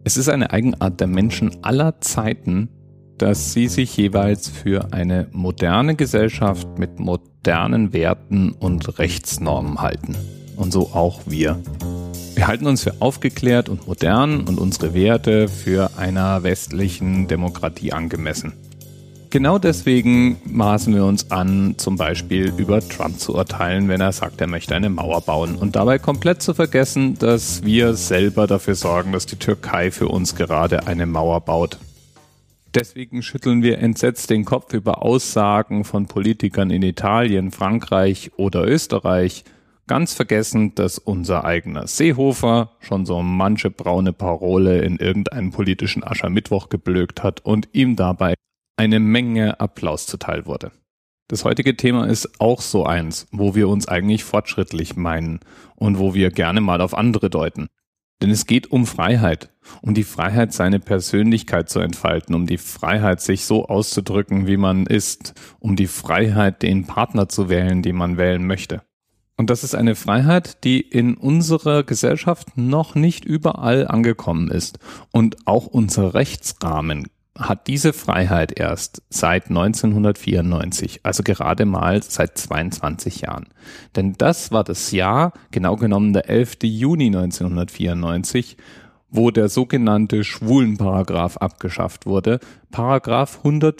Es ist eine Eigenart der Menschen aller Zeiten, dass sie sich jeweils für eine moderne Gesellschaft mit modernen Werten und Rechtsnormen halten. Und so auch wir. Wir halten uns für aufgeklärt und modern und unsere Werte für einer westlichen Demokratie angemessen. Genau deswegen maßen wir uns an, zum Beispiel über Trump zu urteilen, wenn er sagt, er möchte eine Mauer bauen und dabei komplett zu vergessen, dass wir selber dafür sorgen, dass die Türkei für uns gerade eine Mauer baut. Deswegen schütteln wir entsetzt den Kopf über Aussagen von Politikern in Italien, Frankreich oder Österreich, ganz vergessen, dass unser eigener Seehofer schon so manche braune Parole in irgendeinem politischen Aschermittwoch geblökt hat und ihm dabei eine Menge Applaus zuteil wurde. Das heutige Thema ist auch so eins, wo wir uns eigentlich fortschrittlich meinen und wo wir gerne mal auf andere deuten. Denn es geht um Freiheit, um die Freiheit, seine Persönlichkeit zu entfalten, um die Freiheit, sich so auszudrücken, wie man ist, um die Freiheit, den Partner zu wählen, den man wählen möchte. Und das ist eine Freiheit, die in unserer Gesellschaft noch nicht überall angekommen ist. Und auch unser Rechtsrahmen hat diese Freiheit erst seit 1994, also gerade mal seit 22 Jahren. Denn das war das Jahr, genau genommen der 11. Juni 1994, wo der sogenannte Schwulenparagraph abgeschafft wurde, Paragraph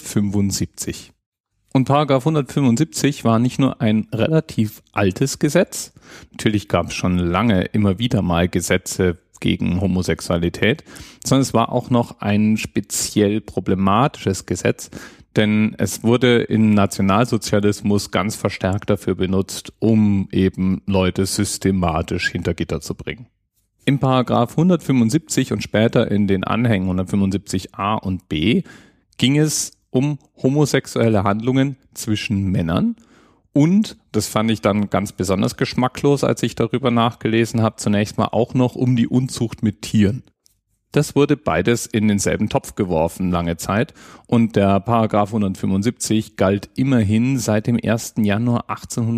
175. Und Paragraph 175 war nicht nur ein relativ altes Gesetz, natürlich gab es schon lange immer wieder mal Gesetze gegen Homosexualität, sondern es war auch noch ein speziell problematisches Gesetz, denn es wurde im Nationalsozialismus ganz verstärkt dafür benutzt, um eben Leute systematisch hinter Gitter zu bringen. Im Paragraph 175 und später in den Anhängen 175a und b ging es um homosexuelle Handlungen zwischen Männern. Und, das fand ich dann ganz besonders geschmacklos, als ich darüber nachgelesen habe, zunächst mal auch noch um die Unzucht mit Tieren. Das wurde beides in denselben Topf geworfen lange Zeit und der Paragraph 175 galt immerhin seit dem 1. Januar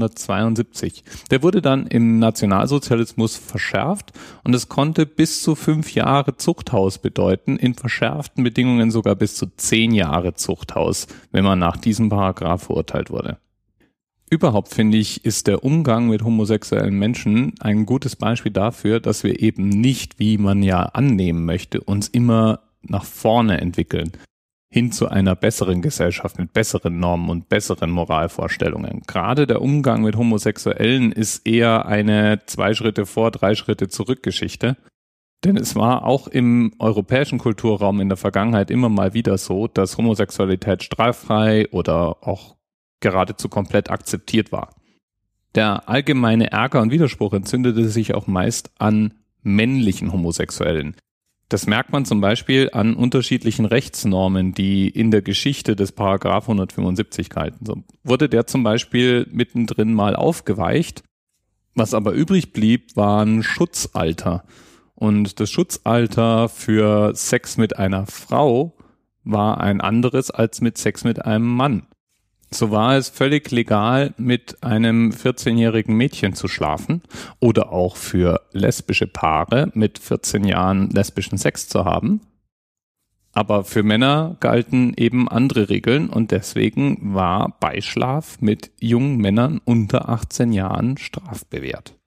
1872. Der wurde dann im Nationalsozialismus verschärft und es konnte bis zu 5 Jahre Zuchthaus bedeuten, in verschärften Bedingungen sogar bis zu 10 Jahre Zuchthaus, wenn man nach diesem Paragraph verurteilt wurde. Überhaupt finde ich, ist der Umgang mit homosexuellen Menschen ein gutes Beispiel dafür, dass wir eben nicht, wie man ja annehmen möchte, uns immer nach vorne entwickeln, hin zu einer besseren Gesellschaft mit besseren Normen und besseren Moralvorstellungen. Gerade der Umgang mit Homosexuellen ist eher eine 2 Schritte vor, 3 Schritte zurück Geschichte. Denn es war auch im europäischen Kulturraum in der Vergangenheit immer mal wieder so, dass Homosexualität straffrei oder auch geradezu komplett akzeptiert war. Der allgemeine Ärger und Widerspruch entzündete sich auch meist an männlichen Homosexuellen. Das merkt man zum Beispiel an unterschiedlichen Rechtsnormen, die in der Geschichte des Paragraph 175 galten. So wurde der zum Beispiel mittendrin mal aufgeweicht. Was aber übrig blieb, war ein Schutzalter. Und das Schutzalter für Sex mit einer Frau war ein anderes als mit Sex mit einem Mann. So war es völlig legal, mit einem 14-jährigen Mädchen zu schlafen oder auch für lesbische Paare mit 14 Jahren lesbischen Sex zu haben. Aber für Männer galten eben andere Regeln und deswegen war Beischlaf mit jungen Männern unter 18 Jahren strafbewehrt.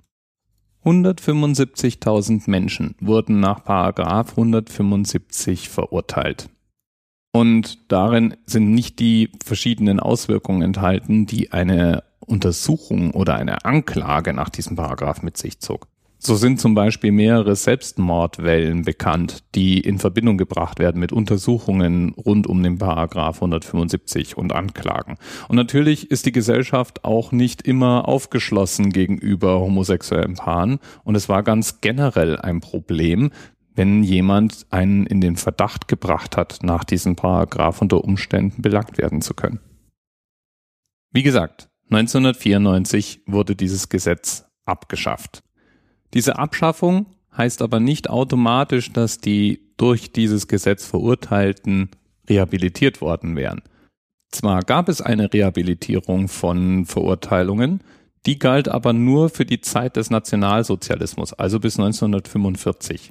175.000 Menschen wurden nach Paragraph 175 verurteilt. Und darin sind nicht die verschiedenen Auswirkungen enthalten, die eine Untersuchung oder eine Anklage nach diesem Paragraph mit sich zog. So sind zum Beispiel mehrere Selbstmordwellen bekannt, die in Verbindung gebracht werden mit Untersuchungen rund um den Paragraph 175 und Anklagen. Und natürlich ist die Gesellschaft auch nicht immer aufgeschlossen gegenüber homosexuellen Paaren. Und es war ganz generell ein Problem, wenn jemand einen in den Verdacht gebracht hat, nach diesem Paragraph unter Umständen belangt werden zu können. Wie gesagt, 1994 wurde dieses Gesetz abgeschafft. Diese Abschaffung heißt aber nicht automatisch, dass die durch dieses Gesetz Verurteilten rehabilitiert worden wären. Zwar gab es eine Rehabilitierung von Verurteilungen, die galt aber nur für die Zeit des Nationalsozialismus, also bis 1945.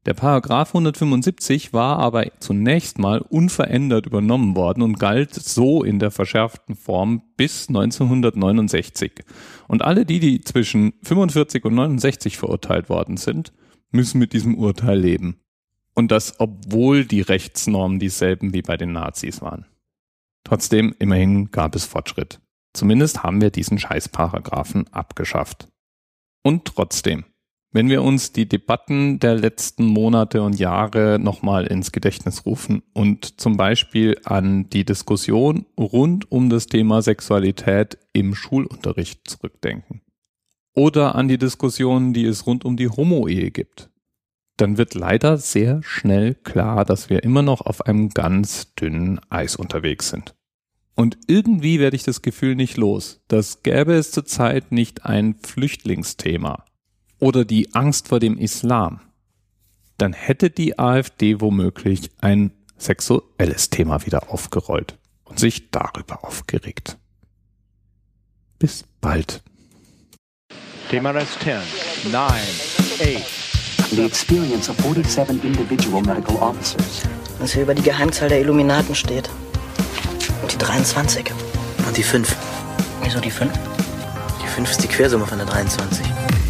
Der Paragraph 175 war aber zunächst mal unverändert übernommen worden und galt so in der verschärften Form bis 1969. Und alle die zwischen 45 und 69 verurteilt worden sind, müssen mit diesem Urteil leben. Und das, obwohl die Rechtsnormen dieselben wie bei den Nazis waren. Trotzdem, immerhin gab es Fortschritt. Zumindest haben wir diesen Scheißparagraphen abgeschafft. Und trotzdem, wenn wir uns die Debatten der letzten Monate und Jahre nochmal ins Gedächtnis rufen und zum Beispiel an die Diskussion rund um das Thema Sexualität im Schulunterricht zurückdenken oder an die Diskussionen, die es rund um die Homo-Ehe gibt, dann wird leider sehr schnell klar, dass wir immer noch auf einem ganz dünnen Eis unterwegs sind. Und irgendwie werde ich das Gefühl nicht los, dass gäbe es zurzeit nicht ein Flüchtlingsthema oder die Angst vor dem Islam, dann hätte die AfD womöglich ein sexuelles Thema wieder aufgerollt und sich darüber aufgeregt. Bis bald. Thema Rest 10, 9, 8. The experience of 47 individual medical officers. Was hier über die Geheimzahl der Illuminaten steht. Und die 23. Und die 5. Wieso die 5? Die 5 ist die Quersumme von der 23.